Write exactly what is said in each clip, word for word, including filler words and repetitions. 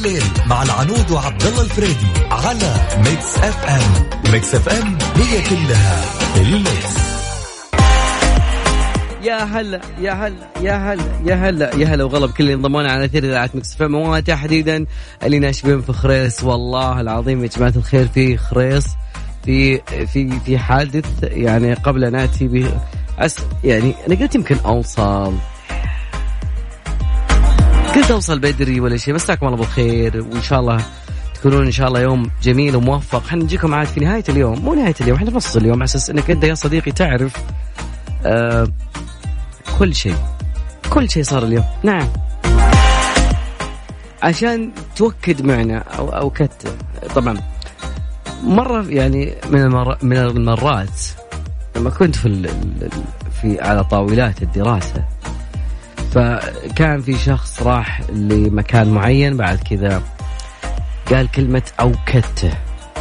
الليل مع العنود وعبد الله الفريدي على ميكس اف ام. ميكس اف ام هي كلها الميكس. يا هلا يا هلا يا هلا يا هلا يا هلا وغلب كل اللي انضمونا على اثير اذاعه ميكس اف ام، وتحديدا اللي ناشبين في خريص. والله العظيم يا جماعه الخير في خريص في في في حادث يعني قبل ناتي ب أس يعني انا قلت يمكن اوصل كنت اوصل بدري ولا شيء، بس الله بالخير وان شاء الله تكونون ان شاء الله يوم جميل وموفق. احنا نجيكم عاد في نهايه اليوم، مو نهايه اليوم، احنا في نص اليوم، على اساس انك انت يا صديقي تعرف آه كل شيء كل شيء صار اليوم. نعم، عشان توكد معنا او او كت طبعا مره يعني من المر... من المرات لما كنت في ال... في على طاولات الدراسه، فكان في شخص راح لمكان معين، بعد كذا قال كلمه او كته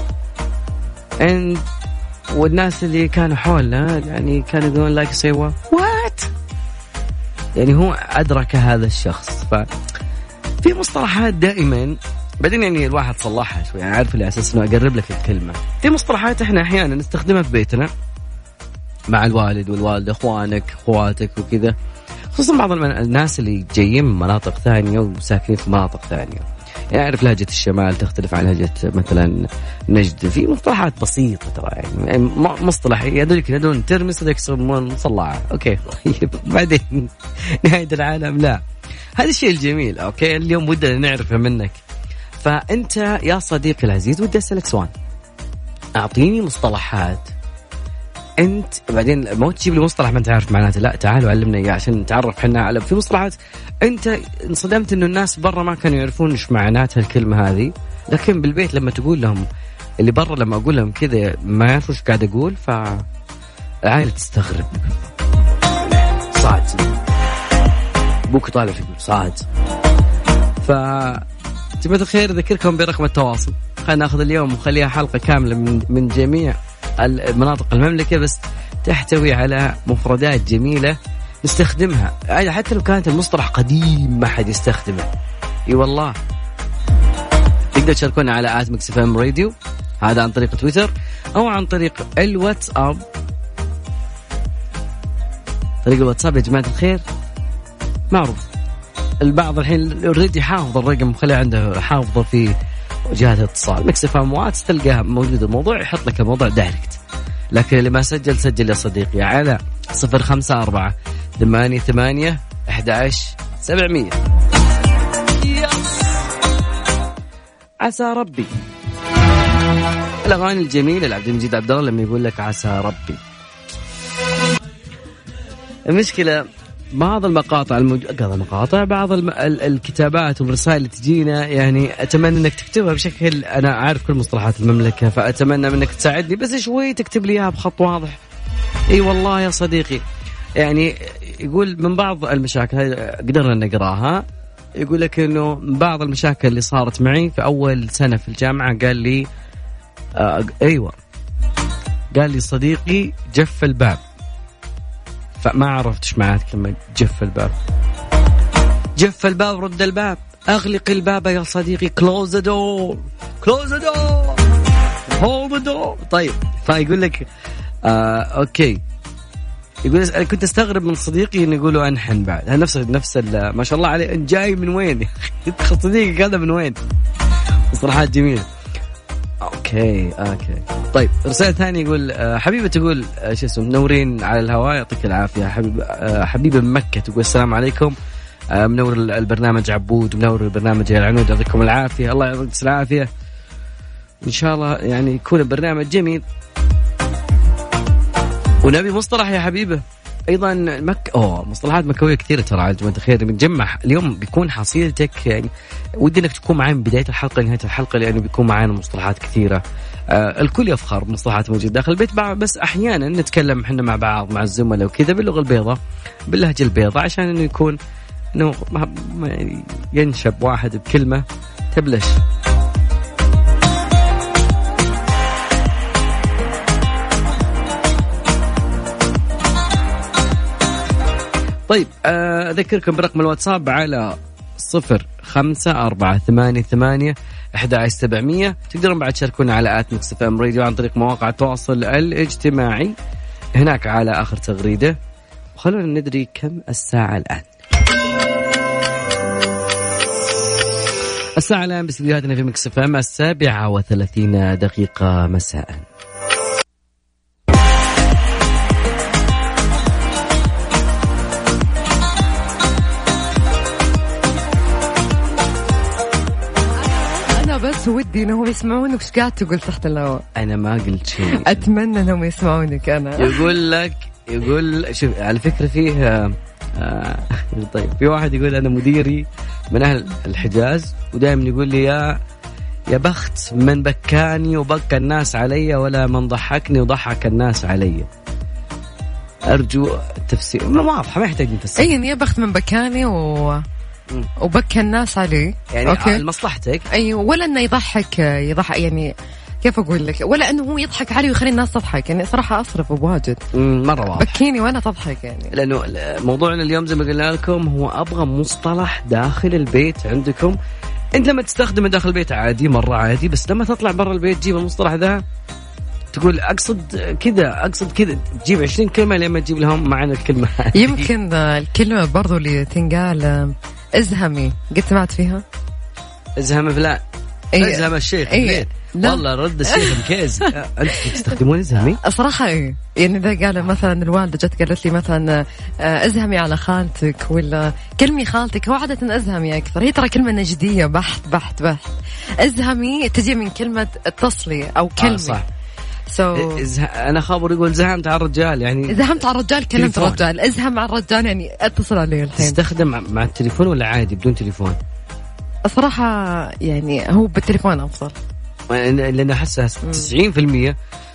and والناس اللي كانوا حولنا يعني كانوا يقولون لايك سيوا وات، يعني هو أدرك هذا الشخص. ففي مصطلحات دائما بعدين يعني الواحد صلحها شوي، يعني عارف اللي أساس إنه أقرب لك الكلمة. في مصطلحات إحنا أحيانا نستخدمها في بيتنا مع الوالد والوالدة، إخوانك إخواتك وكذا، خصوصا بعض الناس اللي جايين من مناطق ثانية وساكنين في مناطق ثانية، يعني أعرف لهجة الشمال تختلف عن لهجة مثلا نجد. في مصطلحات بسيطة ترى، يعني مصطلح يدلك يدون ترمس ذاك مصلعة أوكي بعدين نهاية العالم لا. هذا الشيء الجميل أوكي اليوم ودنا نعرفه منك. فأنت يا صديقي العزيز ودي أسألك سؤال، أعطيني مصطلحات أنت بعدين ما تجيب لي مصطلح ما أنت عارف معناته، لا تعالوا علمنا إياه عشان نتعرف حنا على في مصطلحات أنت انصدمت إنه الناس برا ما كانوا يعرفون إيش معناتها الكلمة هذه، لكن بالبيت لما تقول لهم اللي برا لما أقول لهم كذا ما يعرفوا إيش قاعد أقول، فالعائلة تستغرب. صاد بوك طالع فيكم صاد. ف جماعة الخير ذكركم برقم التواصل، خلينا ناخذ اليوم وخليها حلقة كاملة من من جميع المناطق المملكة، بس تحتوي على مفردات جميلة نستخدمها، حتى لو كانت المصطلح قديم ما حد يستخدمه. اي والله تقدر تشاركونا على آت ميكس اف ام راديو، هذا عن طريق تويتر او عن طريق الواتساب. طريق الواتساب يا جماعة الخير معروف، البعض الحين اوريدي حافظ الرقم، خليه عنده حافظه في جهات الاتصال ميكس اف ام واتس، تلقاها موجود الموضوع يحط لك الموضوع دايركت. لكن اللي ما سجل سجل يا صديقي على صفر خمسة أربعة ثمانية ثمانية أحد عشر سبعمية. عسى ربي، الأغاني الجميلة لعبد المجيد عبد الله لما يقول لك عسى ربي. المشكلة بعض المقاطع الموجودة، المقاطع بعض الم... ال... الكتابات والرسائل اللي تجينا، يعني أتمنى أنك تكتبها بشكل، أنا أعرف كل مصطلحات المملكة فأتمنى منك تساعدني، بس شوي تكتب لي إياها بخط واضح. أي والله يا صديقي، يعني يقول من بعض المشاكل قدرنا نقراها، يقول لك إنه من بعض المشاكل اللي صارت معي في أول سنة في الجامعة، قال لي آه أيوة قال لي صديقي جف الباب، فما عرفت ايش معنات كلمة جف الباب. جف الباب رد الباب، اغلق الباب يا صديقي، close the door close the door hold the door. طيب فيقول لك آه اوكي، يقول كنت استغرب من صديقي انه يقولوا انحن بعد، نفس نفس ما شاء الله عليه، جاي من وين صديقي هذا من وين؟ مصطلحات جميلة. اوكي اوكي طيب رسالة ثانية يقول حبيبة، تقول شو اسمه منورين على الهواء يعطيك العافية. حبيب حبيبة من مكة تقول السلام عليكم، منور البرنامج عبود ومنور البرنامج يا العنود، يعطيكم العافية. الله يعطيك العافية، إن شاء الله يعني يكون البرنامج جميل. ونبي مصطلح يا حبيبة أيضا مك أوه مصطلحات مكوية كثيرة ترى على جماعة الخير، بنجمع اليوم بيكون حصيلتك، يعني ودي إنك تكون معي من بداية الحلقة لنهاية الحلقة، لأنه بيكون معانا مصطلحات كثيرة. آه الكل يفخر بمصطلحات موجودة داخل البيت، بس أحيانا نتكلم إحنا مع بعض مع الزملاء وكذا باللغة البيضاء باللهجة البيضاء، عشان إنه يكون إنه ينشب واحد بكلمة تبلش. طيب أذكركم برقم الواتساب على صفر خمسة أربعة ثمانية ثمانية أحد عشر سبعمية. تقدرون بعد تشاركونا على آت ميكس إف إم راديو عن طريق مواقع التواصل الاجتماعي هناك على آخر تغريدة. وخلونا ندري كم الساعة الآن. الساعة الآن باستديوهاتنا في ميكس إف إم السابعة وثلاثين دقيقة مساء. بس ودي انهم يسمعونك. ايش قاعد تقول تحت الهواء؟ انا ما قلت شيء. اتمنى انهم يسمعونك. انا يقول لك يقول شوف على فكره فيه آه طيب في واحد يقول انا مديري من اهل الحجاز ودائما يقول لي يا يا بخت من بكاني وبكى الناس علي ولا من ضحكني وضحك الناس علي. ارجو التفسير. ما واضحه ما يحتاج تفسير. اي يا بخت من بكاني و وبكى الناس عليه يعني أوكي. لمصلحتك. ايوه ولا انه يضحك يضحك يعني كيف اقول لك ولا انه هو يضحك علي ويخلي الناس تضحك. يعني صراحه اصرف بواجد مره واضح. بكيني وانا تضحك يعني. لانه موضوعنا اليوم زي ما قلنا لكم هو ابغى مصطلح داخل البيت عندكم. انت لما تستخدمه داخل البيت عادي مره عادي بس لما تطلع برا البيت تجيب المصطلح ذا تقول أقصد كذا أقصد كذا تجيب عشرين كلمة لما تجيب لهم معنى الكلمة. يمكن الكلمة برضو اللي تنقال ازهمي قد سمعت فيها؟ ازهم فلان إيه. ازهم الشيخ إيه. والله رد الشيخ مكيز. أنت تستخدمون ازهمي؟ صراحة إيه يعني إذا قال مثلا الوالدة جت قالت لي مثلا ازهمي على خالتك ولا كلمي خالتك. هو عادة ازهمي أكثر. هي ترى كلمة نجدية بحت بحت بحت. ازهمي تجي من كلمة اتصلي أو كلمة. آه صح. So إزه... أنا خابر يقول زهمت على الرجال يعني زهمت على الرجال كلمت الرجال. ازهم على الرجال يعني اتصل عليه الحين. تستخدم مع التليفون ولا عادي بدون تليفون؟ الصراحة يعني هو بالتليفون أفضل لأن أحسها تسعين في المية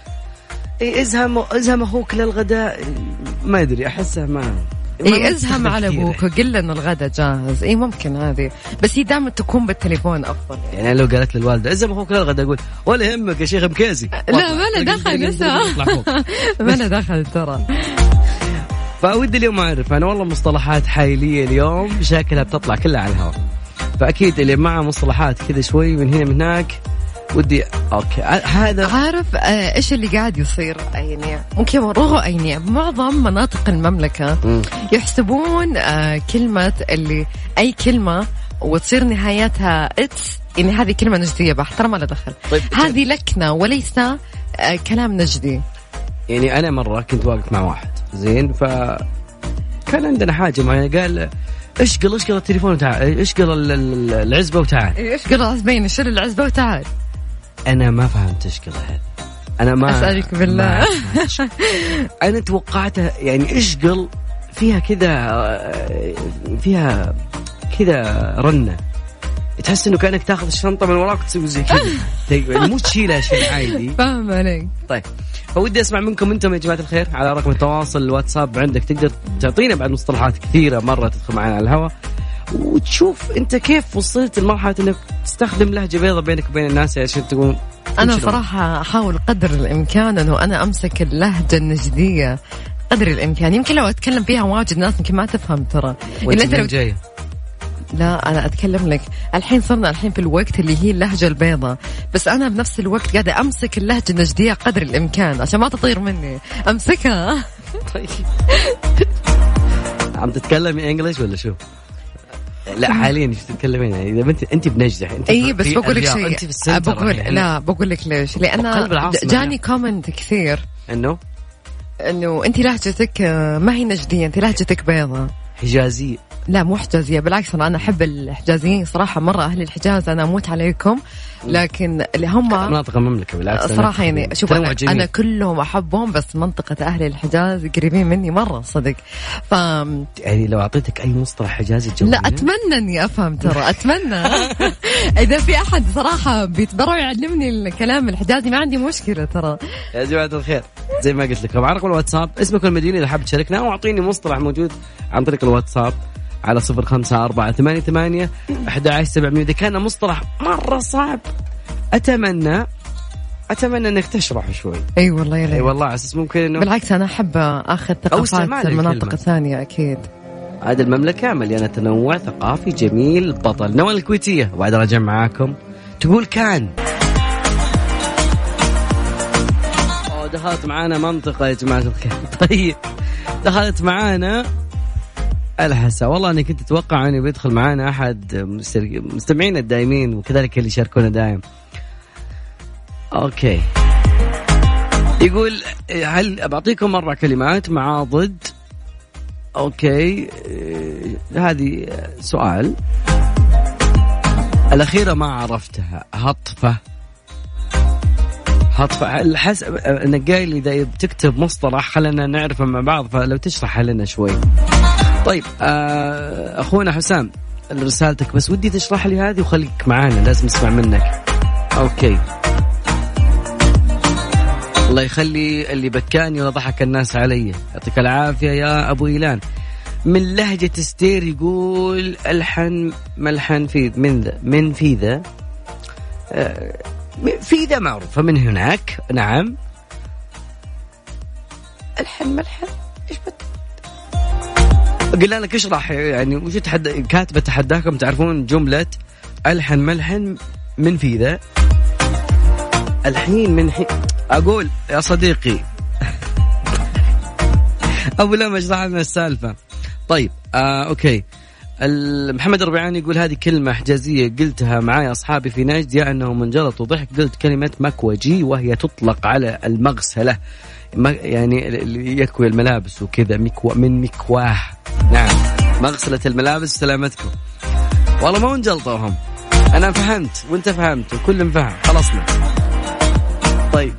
ازهم ازهم أخوك للغداء ما أدري أحسها ما إيه ازهم على أبوك وقل لنا الغداء جاهز. إيه ممكن هذه بس هي دائما تكون بالتليفون أفضل يعني, يعني لو قالت للوالدة ازهم أخوك للغداء أقول ولا يهمك يا شيخ مكازي. لا ما له دخل نسا ما له دخل ترى. فأودي اليوم أعرف أنا والله مصطلحات حايلية اليوم شكلها بتطلع كلها على الهواء. فأكيد اللي معه مصطلحات كذا شوي من هنا من هناك ودي أوكي هذا عارف آه إيش اللي قاعد يصير يعني ممكن رغم يعني معظم مناطق المملكة م. يحسبون آه كلمة اللي أي كلمة وتصير نهايتها إتس يعني هذه كلمة نجدية بحت. ترى ما له دخل. طيب هذه لكنة وليس آه كلام نجدي. يعني أنا مرة كنت واقف مع واحد زين فكان عندنا حاجة معينة قال اشقل اشقل التليفون وتعال اشقل العزبة وتعال. اشقل العزبين شيل العزبة وتعال. أنا ما فهمت اشقل هذا. أنا ما أسألك بالله. أنا توقعتها يعني اشقل فيها كذا فيها كذا رنة تحس إنه كأنك تأخذ الشنطة من وراك وتسوي زي كذا مو تشيلها شيء عادي. فاهم عليك. طيب فودي أسمع منكم أنتم يا جماعة الخير على رقم التواصل الواتساب عندك تقدر تعطينا بعد مصطلحات كثيرة مرة تدخل معنا على الهواء وتشوف أنت كيف وصلت لمرحلة إنك تستخدم لهجة بيضة بينك وبين الناس عشان تقول. أنا صراحة أحاول قدر الإمكان أنه أنا أمسك اللهجة النجدية قدر الإمكان. يمكن لو أتكلم فيها واجد ناس يمكن ما تفهم ترى. وأنت منين جاية؟ لا أنا أتكلم لك الحين صرنا الحين في الوقت اللي هي اللهجة البيضاء بس أنا بنفس الوقت قاعدة أمسك اللهجة النجدية قدر الإمكان عشان ما تطير مني أمسكها. طيب عم تتكلمي إنجليش ولا شو؟ لا حاليا ايش تتكلمين يعني اذا انت انت بنجدة انت اي بس بقول لك شيء بقول يعني لا بقول لك ليش لان جاني كومنت كثير انه انه انت لهجتك ما هي نجديه انت لهجتك بيضاء حجازيه. لا مو حجازيه بالعكس انا احب الحجازيين صراحه مره اهل الحجاز انا اموت عليكم لكن اللي هم مناطق المملكة بالعكس صراحة يعني شوف أنا, أنا كلهم أحبهم بس منطقة أهل الحجاز قريبين مني مرة صدق. ف يعني لو أعطيتك أي مصطلح حجازي جوي لا أتمنى إني أفهم ترى أتمنى إذا في أحد صراحة بيتبرع يعلمني الكلام الحجازي ما عندي مشكلة ترى. يا جماعة الخير زي ما قلت لكم على رقم الواتساب اسمك والمدينة إذا حاب تشاركنا أو أعطيني مصطلح موجود عن طريق الواتساب على صفر خمسة أربعة ثمانية ثمانية أحد عشر سبعمية. إذا كان مصطلح مرة صعب أتمنى أتمنى أنك تشرح شوي. أي أيوة والله يلي. أي والله أساس ممكن إنه بالعكس أنا أحب أخذ ثقافات المناطق الثانية أكيد. هذه المملكة مليانة تنوع ثقافي جميل. بطل نوال الكويتية وبعد راجع معاكم تقول كان. أوه دخلت معانا منطقة يا جماعة الخير. طيب دخلت معانا الحسا. والله أنا كنت أتوقع أني بيدخل معانا أحد مستمعين الدائمين وكذلك اللي يشاركونا دائم. أوكي يقول هل بعطيكم أربع كلمات مع ضد. أوكي هذه سؤال الأخيرة ما عرفتها. هطفة هطفة الحسب أنك قايل إذا بتكتب مصطلح خلنا نعرفه مع بعض فلو تشرح لنا شوي. طيب أخونا حسام رسالتك بس ودي تشرح لي هذه وخليك معانا لازم نسمع منك. أوكي الله يخلي اللي بكاني وضحك الناس علي يعطيك العافية يا أبو إيلان. من لهجة ستير يقول ألحن ملحن في من ذا من في ذا آه في ذا معروفة من هناك. نعم ألحن ملحن إيش بت قلنا لك اشرح يعني وش تحد كاتبة تحداكم تعرفون جملة ألحن ملحن من في ذا الحين من حين أقول يا صديقي أبو لما اشرح لنا السالفة. طيب آه أوكي محمد الربيعاني يقول هذه كلمة حجازية قلتها معاي أصحابي في نجد يا أنه منجلط وضحك قلت كلمة مكوجي وهي تطلق على المغسلة يعني اللي يكوي الملابس وكذا مكو من مكواه. نعم مغسلة الملابس سلامتكم. والله ما منجلطوهم أنا فهمت وأنت فهمت وكل فهم خلصنا. طيب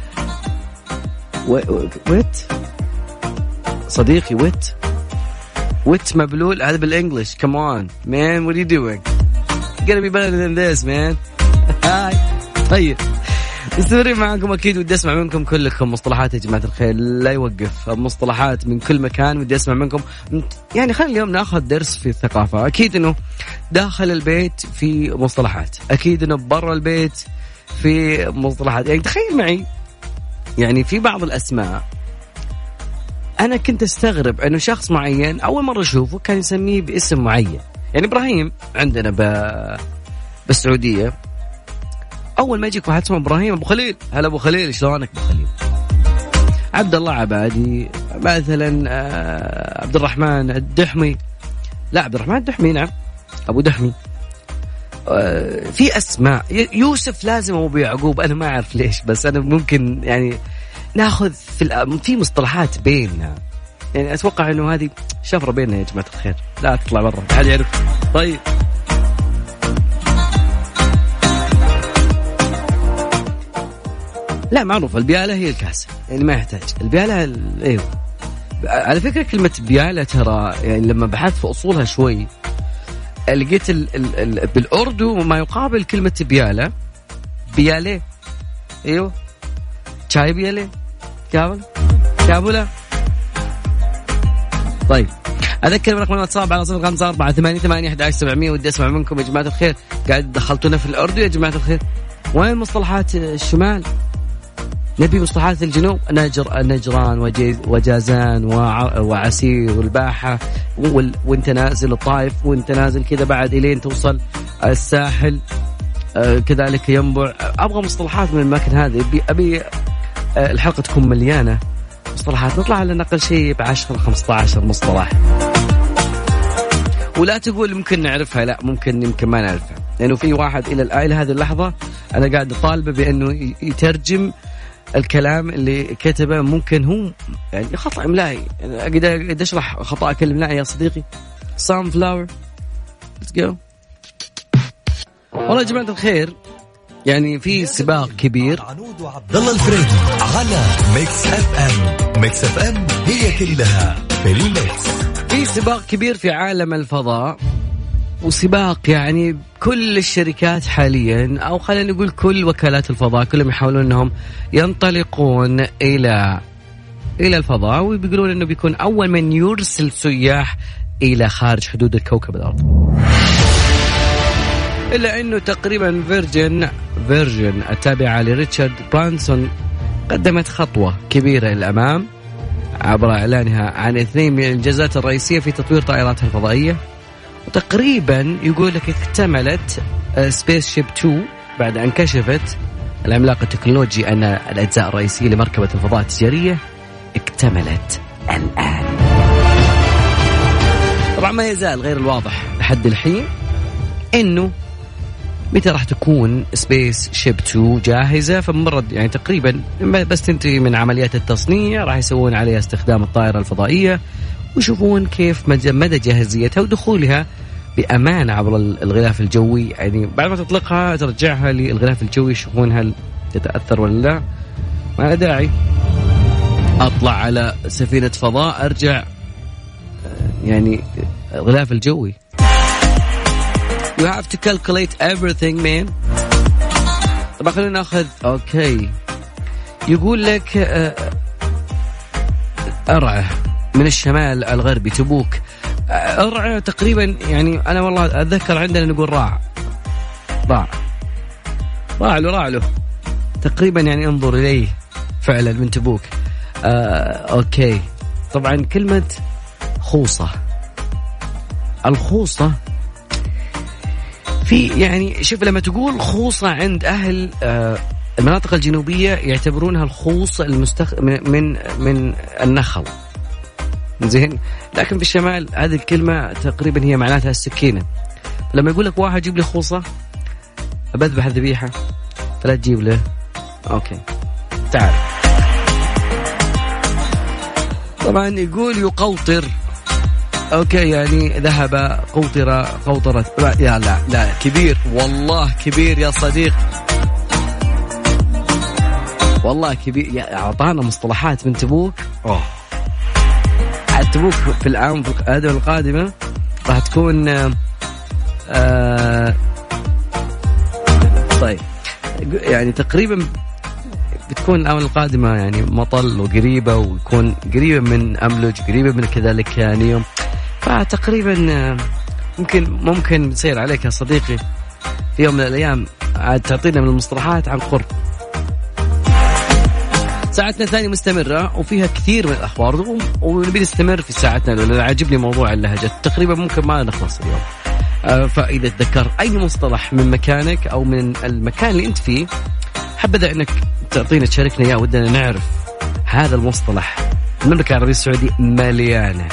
ويت صديقي ويت ويت مبلول هذا بالإنجليش. come on man what are you doing you're gonna be better than this man. هاي طيب مستمرين معاكم أكيد ودي أسمع منكم كلكم مصطلحات يا جماعة الخير لا يوقف مصطلحات من كل مكان ودي أسمع منكم يعني خلينا اليوم ناخذ درس في الثقافة. أكيد إنه داخل البيت في مصطلحات أكيد إنه برا البيت في مصطلحات. يعني تخيل معي يعني في بعض الأسماء أنا كنت أستغرب أنه شخص معين أول مرة أشوفه كان يسميه باسم معين. يعني إبراهيم عندنا ب... بالسعودية أول ما يجيك واحد اسمه إبراهيم أبو خليل هلا أبو خليل شلونك أبو خليل. عبد الله عبادي مثلا عبد الرحمن الدحمي لا عبد الرحمن الدحمي نعم أبو دحمي. في أسماء يوسف لازم أبو يعقوب أنا ما أعرف ليش بس أنا ممكن يعني ناخذ في في مصطلحات بيننا يعني أتوقع إنه هذه شفرة بيننا يا جماعة الخير لا تطلع برا حد يعرف. طيب لا معروف البيالة هي الكاسة يعني ما يحتاج البيالة ايوه. على فكرة كلمة بيالة ترى يعني لما بحثت في أصولها شوي لقيت ال ال ال بالأردو ما يقابل كلمة بيالة بيالة ايوه شاي بيالة كابل كابولا. طيب أذكر برقم الواتساب على صفر خمسة أربعة ثمانية ثمانية أحد عشر سبعمية ودي أسمع منكم يا جماعة الخير. قاعد دخلتونا في الأردو يا جماعة الخير وين مصطلحات الشمال نبي مصطلحات الجنوب. نجر نجران وجازان وعسير والباحة وانت نازل الطائف وانت نازل كذا بعد إلين توصل الساحل كذلك ينبع. أبغى مصطلحات من المكان هذا أبي, أبي الحلقة تكون مليانة مصطلحات نطلع على نقل شيء بعشر خمسة عشر مصطلح ولا تقول ممكن نعرفها لا ممكن يمكن ما نعرفها لأنه في واحد إلى الآن هذه اللحظة أنا قاعد أطالبه بأنه يترجم الكلام اللي كتبه ممكن هو يعني خطأ إملائي يعني قاعد أشرح خطأك الإملائي يا صديقي. sunflower let's go. والله يا جماعة الخير يعني في سباق كبير عنود وعبد الله الفريدي على ميكس اف ام. ميكس اف ام هي كلها في الميكس. في سباق كبير في عالم الفضاء وسباق يعني كل الشركات حاليا أو خلينا نقول كل وكالات الفضاء كلهم يحاولون أنهم ينطلقون إلى إلى الفضاء وبيقولون أنه بيكون أول من يرسل سياح إلى خارج حدود الكوكب الأرض. إلا أنه تقريبا فيرجن فيرجن التابعة لريتشارد برانسون قدمت خطوة كبيرة للأمام عبر إعلانها عن اثنين من الإنجازات الرئيسية في تطوير طائراتها الفضائية. وتقريبا يقول لك اكتملت سبيس شيب اثنين بعد أن كشفت العملاق التكنولوجي أن الأجزاء الرئيسية لمركبة الفضاء التجارية اكتملت الآن. طبعا ما يزال غير الواضح لحد الحين إنه متى راح تكون سبيس شيب اثنين جاهزة. فمرد يعني تقريبا بس تنتهي من عمليات التصنيع راح يسوون عليها استخدام الطائرة الفضائية ويشوفون كيف مدى جاهزيتها ودخولها بأمان عبر الغلاف الجوي. يعني بعد ما تطلقها ترجعها للغلاف الجوي يشوفون هل تتأثر ولا لا. ما له داعي أطلع على سفينة فضاء أرجع يعني الغلاف الجوي. You have to calculate everything man. طبعا خلينا ناخذ أوكي. يقول لك أرعى من الشمال الغربي تبوك. أرعى تقريبا يعني أنا والله أتذكر عندنا نقول راع راع راع له راع له تقريبا يعني انظر إليه فعلا من تبوك. آه أوكي. طبعا كلمة خوصة الخوصة في يعني شوف لما تقول خوصة عند أهل آه المناطق الجنوبية يعتبرونها الخوص المستخ من من من النخل زين. لكن في الشمال هذه الكلمة تقريبا هي معناتها السكينة. لما يقول لك واحد جيب لي خوصة أبذبح الذبيحة فلا تجيب له أوكي تعال. طبعا يقول يقوطر أوكي يعني ذهب قوطرة قوطرة يا لا لا كبير والله كبير يا صديق والله كبير. أعطانا مصطلحات من تبوك. أوه تبوك في العام في الأدوار القادمة راح تكون آه طيب يعني تقريبا بتكون الآونة القادمة يعني مطل وقريبة ويكون قريبة من أملج قريبة من كذلك نيوم. فتقريبا ممكن ممكن تصير عليك يا صديقي في يوم من الأيام عاد تعطينا من المصطلحات عن قرب. ساعتنا الثانية مستمرة وفيها كثير من الأخبار ونبي نستمر في ساعتنا لأن عجبني موضوع اللهجة تقريبا ممكن ما نخلص اليوم. آه فإذا تذكر أي مصطلح من مكانك أو من المكان اللي أنت فيه حبذا أنك تعطينا تشاركنا إياه ودنا نعرف هذا المصطلح. المملكة العربية السعودية مليانة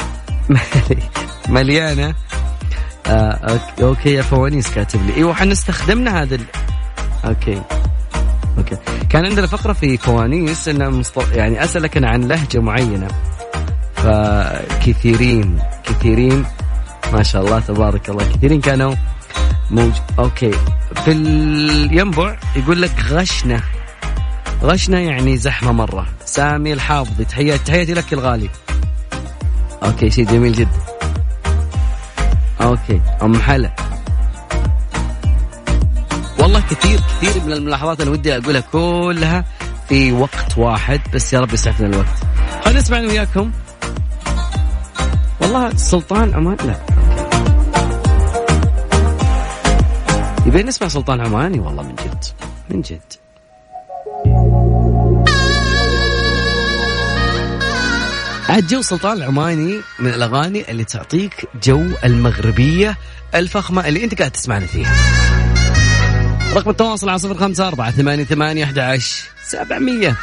مليانة آه أوكي يا فوانيس كاتب لي إيوه حنستخدمنا هذا ال... أوكي أوكي. كان عندنا فقرة في فوانيس إن مصط... يعني أسألك أنا عن لهجة معينة فكثيرين كثيرين ما شاء الله تبارك الله كثيرين كانوا موج... أوكي. في الينبع يقول لك غشنا غشنا يعني زحمة مرة. سامي الحافظي تحياتي تحياتي لك الغالي. أوكي شيء جميل جدا. أوكي أم حلا والله كثير كثير من الملاحظات اللي ودي أقولها كلها في وقت واحد بس يا رب يسعفنا الوقت. خلينا نسمع وياكم والله سلطان عمان لا يبين نسمع سلطان عماني والله من جد من جد. عاد جو سلطان العماني من الأغاني اللي تعطيك جو المغربية الفخمة اللي أنت قاعد تسمعنا فيها. رقم التواصل على صفر خمسة أربعة ثمانية ثمانية أحد عشر سبعمية.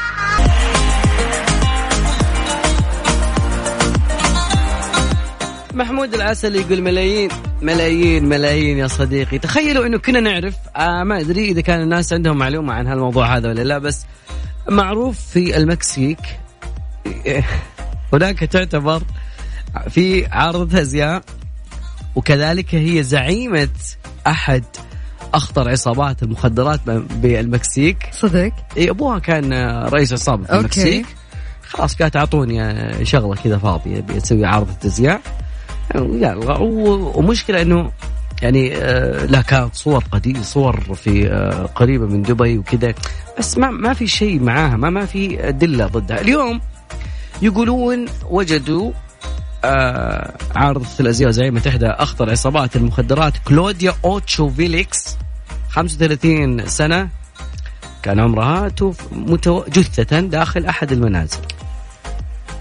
محمود العسل يقول ملايين ملايين ملايين يا صديقي. تخيلوا إنه كنا نعرف آه ما أدري إذا كان الناس عندهم معلومة عن هالموضوع هذا ولا لا بس معروف في المكسيك هناك تعتبر في عارضة أزياء وكذلك هي زعيمة أحد أخطر عصابات المخدرات بالمكسيك. صدق إيه أبوها كان رئيس عصابة في المكسيك. خلاص كانت تعطوني شغلة كذا فاضية بيسوي عارضة أزياء ومشكلة إنه يعني لا كانت صور قديمة صور في قريبة من دبي وكذا بس ما ما في شيء معاها ما ما في أدلة ضدها. اليوم يقولون وجدوا آه عارضة الأزياء زعيمة إحدى أخطر عصابات المخدرات كلوديا أوتشو فيليكس خمسة وثلاثين سنة كان عمرها توف متو... جثة داخل أحد المنازل.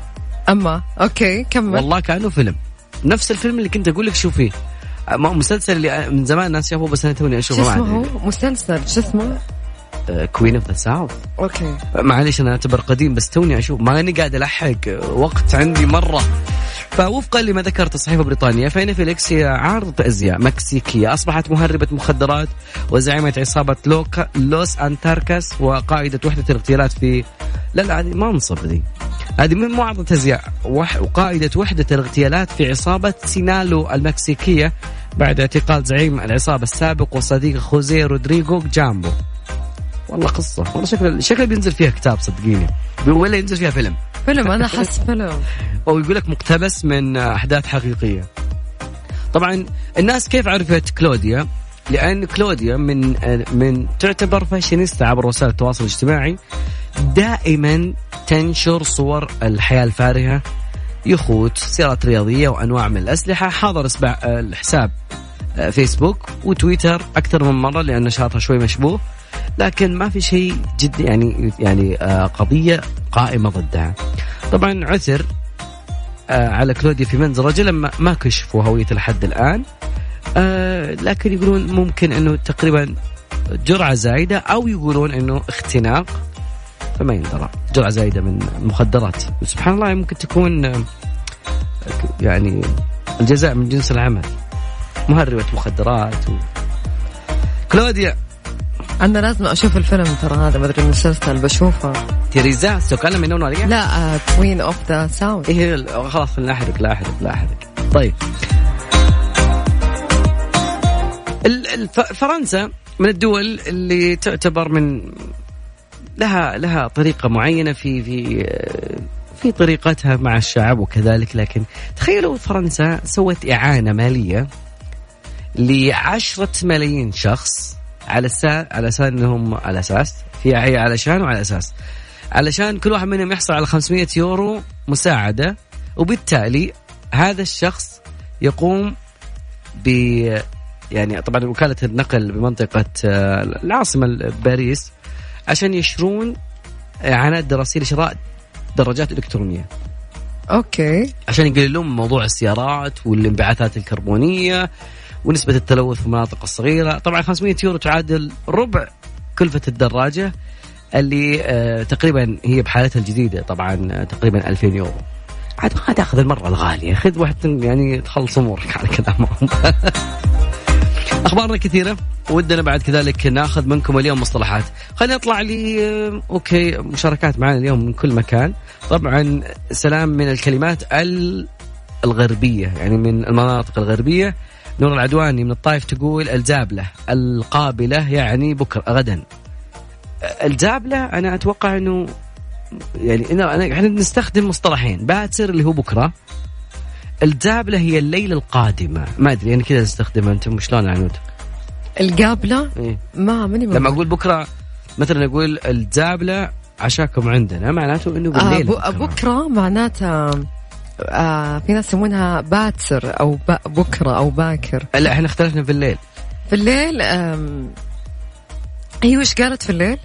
أما أوكي كمل. والله كأنه فيلم، نفس الفيلم اللي كنت أقول لك شوفيه. مسلسل اللي من زمان الناس شافوه بس أنا توني أشوفه. شو اسمه هو مسلسل شو اسمه؟ كوين اوف ذا ساوث. اوكي معليش انا اعتبر قديم بس توني اشوف، ما اني قاعد الحق وقت عندي مره. فوفقا لما ذكرت صحيفه بريطانيه فإن فيليكس هي عارضة ازياء مكسيكيه اصبحت مهربه مخدرات وزعيمه عصابه لوكا لوس انتاركاس وقائده وحده الاغتيالات في لا لا هذه منصب دي هذه من معارضة ازياء وقائده وحده الاغتيالات في عصابه سينالو المكسيكيه بعد اعتقال زعيم العصابه السابق وصديق خوزيه رودريغو جامبو. والله قصة والله شكله شكله بينزل فيها كتاب صدقيني ولا ينزل فيها فيلم. فيلم أنا حس فيلم أو يقول لك مقتبس من أحداث حقيقية. طبعا الناس كيف عرفت كلوديا؟ لأن كلوديا من من تعتبر فاشينيستا عبر وسائل التواصل الاجتماعي، دائما تنشر صور الحياة الفارهة، يخوت، سيارات رياضية وأنواع من الأسلحة. حاضر الحساب فيسبوك وتويتر أكثر من مرة لأن نشاطها شوي مشبوه، لكن ما في شيء جد يعني يعني آه قضية قائمة ضدها. طبعا عثر آه على كلوديا في منزل رجل ما, ما كشفوا هويته لحد الآن، آه لكن يقولون ممكن أنه تقريبا جرعة زايدة أو يقولون أنه اختناق، فما يندرى. جرعة زايدة من المخدرات سبحان الله ممكن تكون آه يعني الجزاء من جنس العمل، مهربة مخدرات و... كلوديا أنا لازم أشوف الفيلم ترى هذا، ما أدري المسلسل بشوفه. تيريزا سوكالم من نوريا؟ لا كوين أوف ذا ساوث. إيه خلاص لا أحرق لا أحرق لا أحرق. طيب فرنسا من الدول اللي تعتبر من لها لها طريقة معينة في في في طريقتها مع الشعب وكذلك، لكن تخيلوا فرنسا سوت إعانة مالية لعشرة ملايين شخص على السا على أساس إنهم على أساس في هي علشان وعلى أساس علشان كل واحد منهم يحصل على خمسمية يورو مساعدة، وبالتالي هذا الشخص يقوم ب يعني طبعا وكالة النقل بمنطقة العاصمة باريس عشان يشرون إعانات دراسية لشراء دراجات إلكترونية. أوكي. عشان يقللون موضوع السيارات والانبعاثات الكربونية ونسبة التلوث في المناطق الصغيرة. طبعا خمسمية يورو تعادل ربع كلفة الدراجة اللي آه تقريبا هي بحالتها الجديدة طبعا آه تقريبا ألفين يورو. عاد ما تأخذ المرة الغالية، خذ واحد يعني تخلص أمورك على كلامهم. أخبارنا كثيرة ودنا بعد كذلك ناخذ منكم اليوم مصطلحات. خلينا نطلع لي آه أوكي مشاركات معنا اليوم من كل مكان. طبعا سلام من الكلمات الغربية يعني من المناطق الغربية. نور العدواني من الطائف تقول الزابلة القابلة يعني بكرة غدا. الزابلة أنا أتوقع أنه يعني أنا أنا إحنا نستخدم مصطلحين، باكر اللي هو بكرة، الزابلة هي الليلة القادمة. ما أدري يعني كذا نستخدمها أنتم شلون عنود؟ القابلة إيه؟ ما مني لما أقول بكرة مثلا أقول الزابلة عشاكم عندنا معناته إنه بالليل. آه بكرة. بكرة معناتها آه في ناس يسمونها باتسر أو بكرة أو باكر. لا احنا اختلفنا في الليل. في الليل هي وش قالت في الليل؟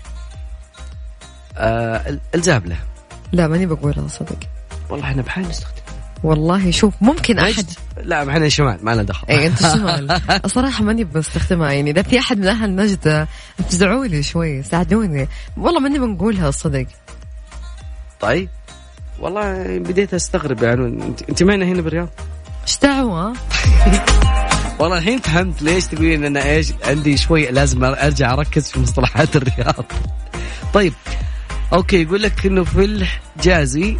آه الزابلة. لا ماني بقولها صدق. والله احنا بحال نستخدم. والله شوف ممكن أحد. لا احنا الشمال ما لنا دخل. اي انت الشمال. الصراحة ماني بستخدمها يعني إذا في أحد من أهل نجدة افزعوا لي شوي ساعدوني، والله ماني بنقولها صدق. طيب والله بديت استغرب يعني انت معنا هنا بالرياض ايش دعوه. والله الحين فهمت ليش تقولين ان ايش عندي شوي لازم ارجع اركز في مصطلحات الرياض. طيب اوكي يقول لك انه في الحجازي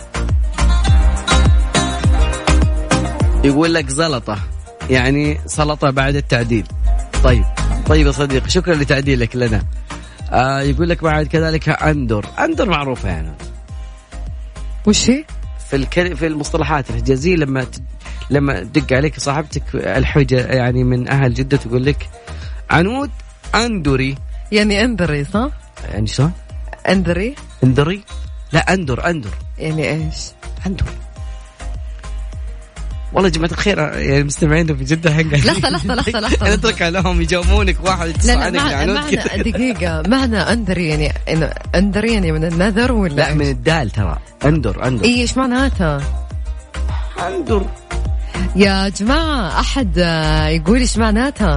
يقول لك زلطه يعني سلطه بعد التعديل. طيب طيب يا صديقي شكرا لتعديلك لنا. آه يقول لك بعد كذلك اندر اندر معروفه يعني وش هي؟ في الكل... في المصطلحات الحجازية لما ت... لما تدق عليك صاحبتك الحجة يعني من أهل جدة تقول لك عنود أندري يعني أندري صح؟ يعني شلون؟ أندري أندري لا أندر أندر يعني إيش؟ أندر والله جماعة الخير يعني مستمعين في جدة هنقا. لحظة لحظة لحظة لحظة نترك لهم يجاوبونك واحد يتصل عنك العنود. معنى دقيقة معنى أندر يعني أندر يعني من النذر ولا؟ لا من الدال ترى أندر أندر. إيه إيش معناتها؟ أندر يا جماعة أحد يقول إيش معناتها؟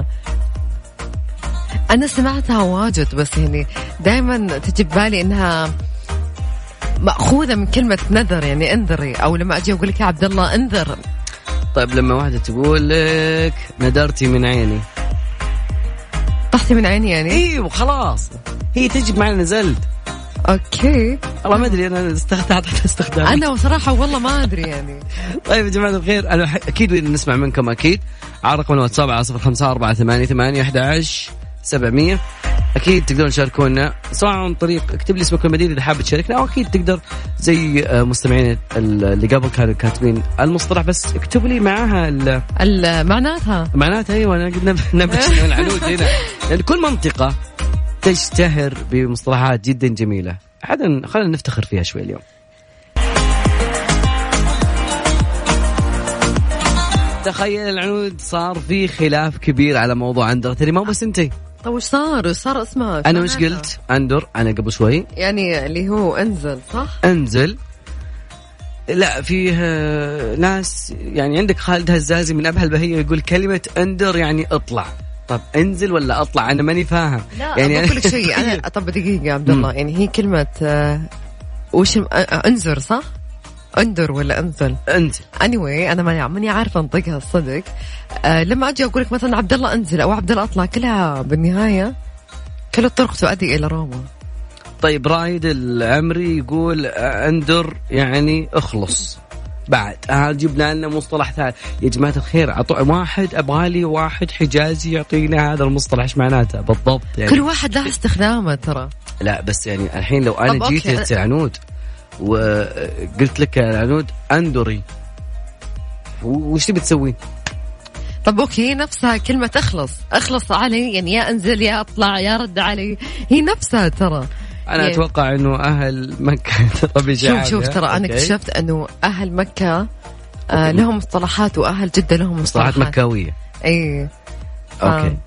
أنا سمعتها واجد بس يعني دائما تجي ببالي إنها مأخوذة من كلمة نذر يعني انذري، أو لما أجي أقول لك يا عبد الله انذر. طيب لما واحدة تقول لك ندرتي من عيني، طحتي من عيني يعني؟ إيه وخلاص هي تجي معنا نزلت. أوكي والله ما أدري أنا استخدمت استخدام أنا وصراحة والله ما أدري يعني. طيب يا جماعة الخير أنا أكيد نسمع منكم أكيد على رقم الواتساب على صفر خمسة أربعة ثمانية ثمانية أحد عشر سبعمية. أكيد تقدرون تشاركونا سواء عن طريق اكتب لي اسمك والمدينة إذا حابب تشاركنا، أو أكيد تقدر زي مستمعين اللي قبل كانوا كاتبين المصطلح بس اكتب لي معها المعناتها معناتها. أيوة أنا قلنا نبتش العنود هنا يعني كل منطقة تشتهر بمصطلحات جدا جميلة، عادة خلينا نفتخر فيها شوي اليوم. تخيل العنود صار في خلاف كبير على موضوع أندر، ترى ما بس انتي. طيب وش صار؟ وش صار اسمها؟ أنا وش قلت؟ أندر أنا قبل شوي يعني اللي هو انزل صح؟ انزل. لا فيه ناس يعني عندك خالد هزازي من أبها البهية يقول كلمة أندر يعني اطلع. طب انزل ولا اطلع؟ أنا ماني فاهم. لا يعني أقول لك شيء أنا. طب دقيقة يا عبد الله يعني هي كلمة آه وش انزر صح؟ اندر ولا انزل؟ انزل. anyway انا ماني ماني عارفه انطقها الصدق. أه لما اجي اقول لك مثلا عبد الله انزل او عبد الله اطلع، كلها بالنهايه كل الطرق تؤدي الى روما. طيب رايد العمري يقول اندر يعني اخلص. بعد آه جبنا لنا مصطلح ثالث يا جماعه الخير. عطوا واحد ابغالي واحد حجازي يعطينا هذا المصطلح ايش معناته بالضبط يعني. كل واحد له استخدامه ترى. لا بس يعني الحين لو انا جيت العنود وقلت لك يا عنود أندري وش تبي تسوي؟ طب أوكي نفسها كلمة أخلص أخلص علي يعني يا أنزل يا أطلع يا رد علي، هي نفسها ترى. أنا يعني أتوقع إنه أهل مكة طبيعي. شوف شوف ترى أنا اكتشفت إنه أهل مكة آه لهم مصطلحات وأهل جدة لهم مصطلحات مكاوية. إيه أوكي.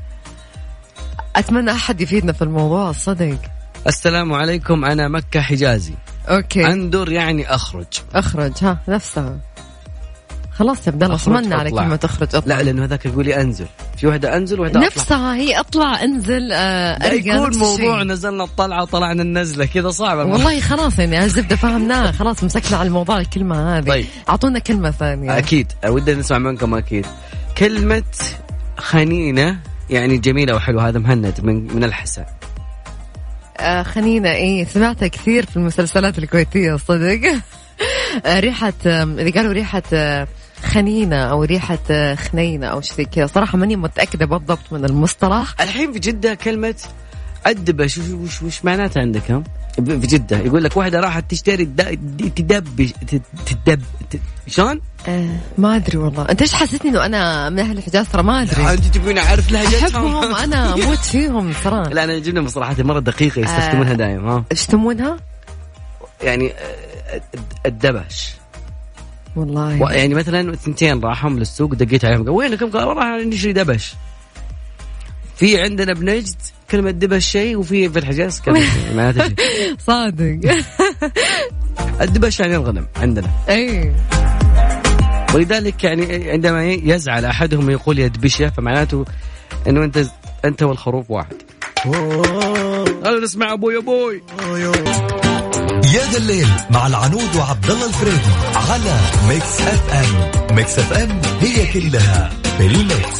أتمنى أحد يفيدنا في الموضوع الصدق. السلام عليكم أنا مكة حجازي. أوكي. أندر يعني أخرج. أخرج ها نفسها. خلاص يا عبد الله صمنا على كلمة أخرج أطلع. لا لأنه هذاك يقول لي أنزل، في واحدة أنزل وواحدة أطلع. نفسها هي أطلع أنزل آه يكون موضوع نزلنا الطلعة وطلعنا النزلة كذا صعبة والله. خلاص يعني الزبدة فهمناها خلاص مسكنا على الموضوع الكلمة هذه. طيب. أعطونا كلمة ثانية. أكيد ودنا نسمع منكم أكيد. كلمة خنينة يعني جميلة وحلوة. هذا مهند من من الحسا. آه خنينة إيه سمعتها كثير في المسلسلات الكويتية صدق. آه ريحة إذا قالوا ريحة آه خنينة أو ريحة آه خنينة أو شيء كذا صراحة ماني متأكدة بالضبط من المصطلح. الحين في جدة كلمة أدبة شو وش وش معناتها عندك هم؟ في جدة يقول لك واحدة راحت تشتري تدب تدب شلون؟ آه ما أدري والله. أنت إيش حسيتني إنه أنا من أهل الحجاز ترى ما أدري. أنت تبين أعرف لهجتهم. أحبهم أنا موت فيهم صراحة. لا أنا جبنا مصطلحات مرة دقيقة يستخدمونها آه دائما. ها يستخدمونها؟ يعني الدبش والله. يعني مثلا ثنتين راحهم للسوق دقيت عليهم قال وينكم؟ قالوا راح نشتري دبش. في عندنا بنجد كلمة دبش شيء وفي في الحجاز كلمة معناتها شيء. صادق. الدبش يعني الغنم عندنا. أي. ولذلك يعني عندما يزعل أحدهم يقول يدبشه فمعناته إنه أنت أنت والخروف واحد. هذا نسمع أبوي أبوي. يا ذا الليل مع العنود وعبد الله الفريدي على ميكس اف ام. ميكس اف ام هي كلها بالميكس.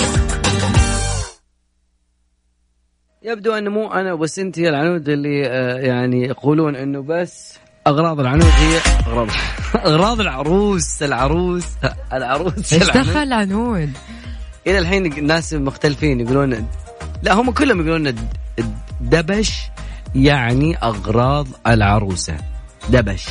يبدو أنه مو أنا بس أنت يا العنود اللي آه يعني يقولون إنه بس أغراض العنود هي أغراض أغراض العروس العروس العروس. إيش دخل العنود؟ إلى الحين الناس مختلفين يقولون لا هم كلهم يقولون دبش يعني أغراض العروسة دبش.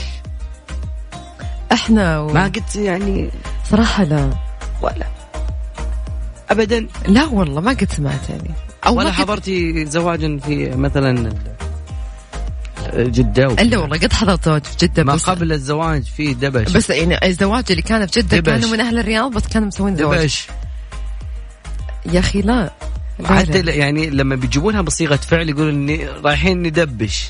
إحنا و... ما قلت يعني صراحة لا ولا أبدا. لا والله ما قد سمعت يعني أو ولا حضرتي زواجا في مثلا جدة الا والله قد حضرت زواج في جدة، ما بس قبل الزواج في دبش. بس يعني الزواج اللي كان في جدة كانوا من اهل الرياض بس كانوا مسوين زواج دبش يا اخي. لا حتى يعني لما بيجيبونها بصيغة فعل يقولوا إني رايحين ندبش.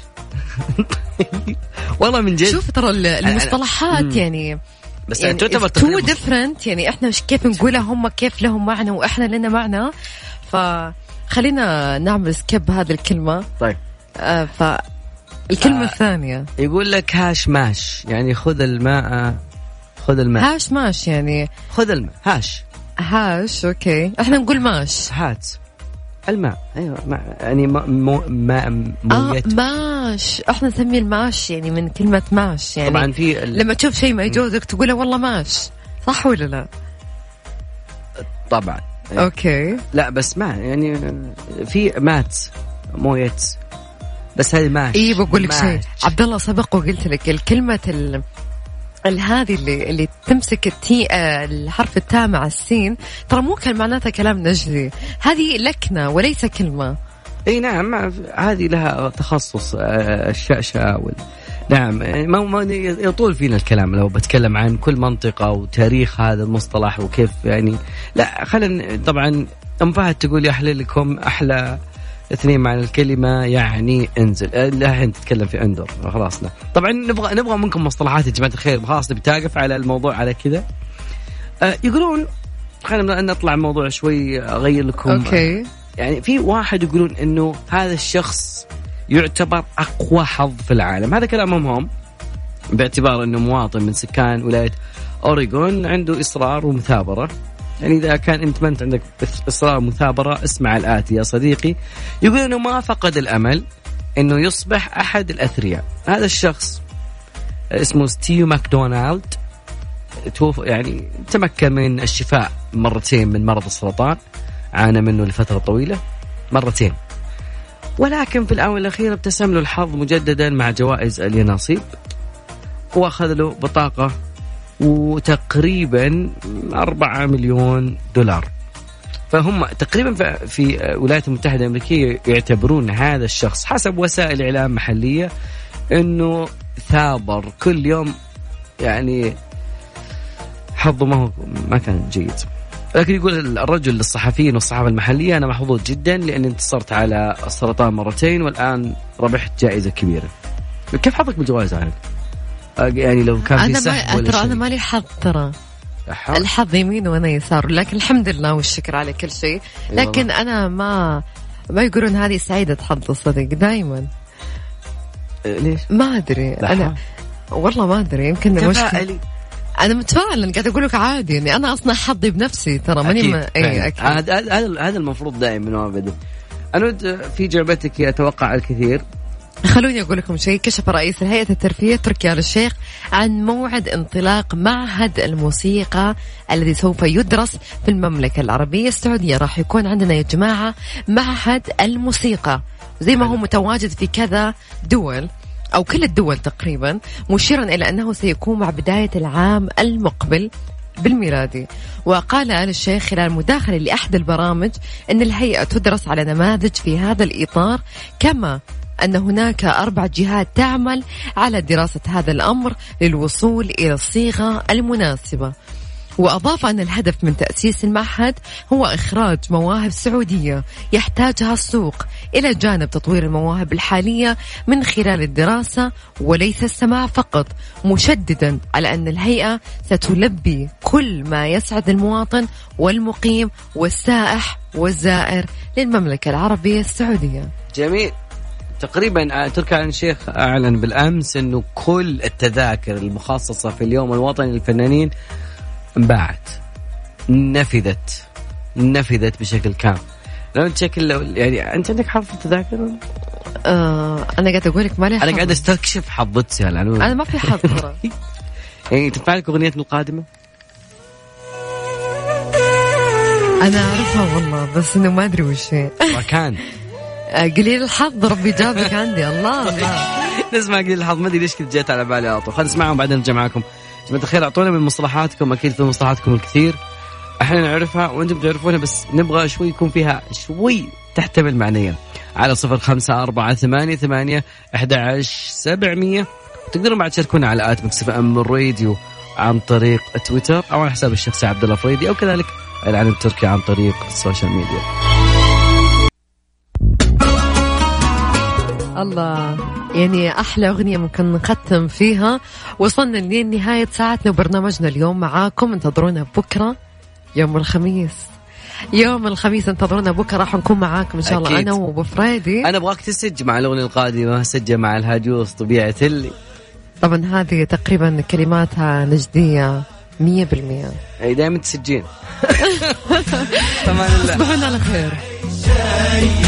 والله من جد. شوف ترى المصطلحات يعني بس يعني تعتبر تو ديفرنت، يعني احنا كيف نقولها هم كيف لهم معنى واحنا لنا معنى، فخلينا نعمل سكيب هذه الكلمة. طيب آه فالكلمة آه الثانية يقول لك هاش ماش، يعني خذ الماء خذ الماء. هاش ماش يعني خذ الماء. هاش هاش اوكي، احنا نقول ماش. هات الماء. ايوه ما يعني ما مو ما مويت. آه ماش، احنا نسميه الماش يعني من كلمة ماش، يعني طبعا في ال... لما تشوف شيء ما يجوزك تقوله والله ماش، صح ولا لا؟ طبعا اوكي. لا بس ما يعني في مات مويت، بس هذه ماش. اي بقول لك شيء عبد الله، سبق وقلت لك الكلمة ال هذه اللي اللي تمسك التي الحرف التاء مع السين، ترى مو كان معناتها كلام نجدي، هذه لكنة وليس كلمة. اي نعم، هذه لها تخصص الشأشأة وال... نعم ما يطول فينا الكلام لو بتكلم عن كل منطقة وتاريخ هذا المصطلح وكيف يعني. لا خلينا طبعا أم فهد تقول يحلل لكم أحلى اثنين معنى الكلمة يعني انزل. لا الحين تتكلم في اندر خلاص. لا طبعا نبغى نبغى منكم مصطلحات يا جماعة الخير، خلاص بتاقف على الموضوع على كذا. أه يقولون خلينا نطلع موضوع شوي أغير لكم. أوكي. يعني في واحد يقولون إنه هذا الشخص يعتبر أقوى حظ في العالم. هذا كلامهم هم، باعتبار إنه مواطن من سكان ولاية أوريغون عنده إصرار ومثابرة. يعني إذا كان أنت ما أنت عندك إصرار ومثابرة اسمع الآتي يا صديقي. يقول إنه ما فقد الأمل إنه يصبح أحد الأثرياء. هذا الشخص اسمه ستيو ماكدونالد، يعني تمكن من الشفاء مرتين من مرض السرطان، عانى منه لفترة طويلة مرتين، ولكن في الآونة الأخيرة ابتسم له الحظ مجددا مع جوائز اليانصيب، وأخذ له بطاقة وتقريبا أربعة مليون دولار. فهم تقريبا في الولايات المتحدة الأمريكية يعتبرون هذا الشخص حسب وسائل إعلام محلية أنه ثابر كل يوم، يعني حظه ما هو ما كان جيد. لكن يقول الرجل للصحفيين والصحافة المحلية أنا محظوظ جدا لأني انتصرت على السرطان مرتين والآن ربحت جائزة كبيرة. كيف حظك بالجوائز هذه؟ يعني لو كان في سحب ولا ترى أنا مالي حظ، ترى الحظ يمين وأنا يسار، لكن الحمد لله والشكر على كل شيء. لكن أنا ما ما يقولون هذه سعيدة حظ صدق دائما. ليش؟ ما أدري أنا والله ما أدري، يمكن مشكلة. أنا متفائل، قاعد أقول لك عادي، يعني أنا أصلا حظي بنفسي ترى ماني ما... أي أكيد. هذا هذا هذا المفروض دائما من أبدا. أنا في جعبتك أتوقع الكثير. خلوني أقول لكم شيء. كشف رئيس الهيئة الترفيه تركي آل الشيخ عن موعد انطلاق معهد الموسيقى الذي سوف يدرس في المملكة العربية السعودية. راح يكون عندنا يا جماعة معهد الموسيقى زي ما هو متواجد في كذا دول أو كل الدول تقريبا، مشيرا إلى أنه سيكون مع بداية العام المقبل بالميلادي. وقال آل الشيخ خلال مداخلة لأحد البرامج أن الهيئة تدرس على نماذج في هذا الإطار، كما أن هناك أربع جهات تعمل على دراسة هذا الأمر للوصول إلى الصيغة المناسبة. وأضاف أن الهدف من تأسيس المعهد هو إخراج مواهب سعودية يحتاجها السوق، إلى جانب تطوير المواهب الحالية من خلال الدراسة وليس السماع فقط، مشددا على أن الهيئة ستلبي كل ما يسعد المواطن والمقيم والسائح والزائر للمملكة العربية السعودية. جميل. تقريبا تركي آل الشيخ أعلن بالأمس أنه كل التذاكر المخصصة في اليوم الوطني للفنانين انباعت، نفذت نفذت بشكل كامل. لو انت شكل يعني انت عندك حظ التذاكر؟ آه انا قاعد اقول لك مالي حظ. انا قاعد استكشف حظتي على العنوان. انا ما في حظ ترى. يعني تنفع لك اغنيتنا القادمه؟ انا اعرفها والله بس انه ما ادري وش هي. وكان قليل الحظ ربي جابك عندي. الله الله. نسمع قليل الحظ، ما ادري ليش كنت جيت على بالي اطول. خلينا نسمعهم بعدين نرجع معكم. جماعة الخير اعطونا من مصطلحاتكم، اكيد في مصطلحاتكم الكثير. احنا نعرفها وانتم تعرفونها، بس نبغى شوي يكون فيها شوي تحتمل معنيا. على صفر خمسة أربعة ثمانية ثمانية أحد عشر سبعمية. تقدرون بعد تشاركونا على آت ميكس اف ام الراديو عن طريق تويتر أو على حساب الشخصي عبد الله فريدي، أو كذلك الإعلان التركي عن طريق السوشيال ميديا. الله، يعني أحلى أغنية ممكن نختم فيها. وصلنا لنهاية ساعتنا وبرنامجنا اليوم معاكم. انتظرونا بكرة يوم الخميس، يوم الخميس انتظرونا بكرة، راح نكون معاكم إن شاء الله. أنا وأبو فريدي. أنا أبغاك تسج مع الأغنية القادمة، سجل مع الهاجوس طبيعة اللي طبعا هذه تقريبا كلماتها نجدية مية بالمية. أي دائما تسجين. تمام الله. تصبحون على خير.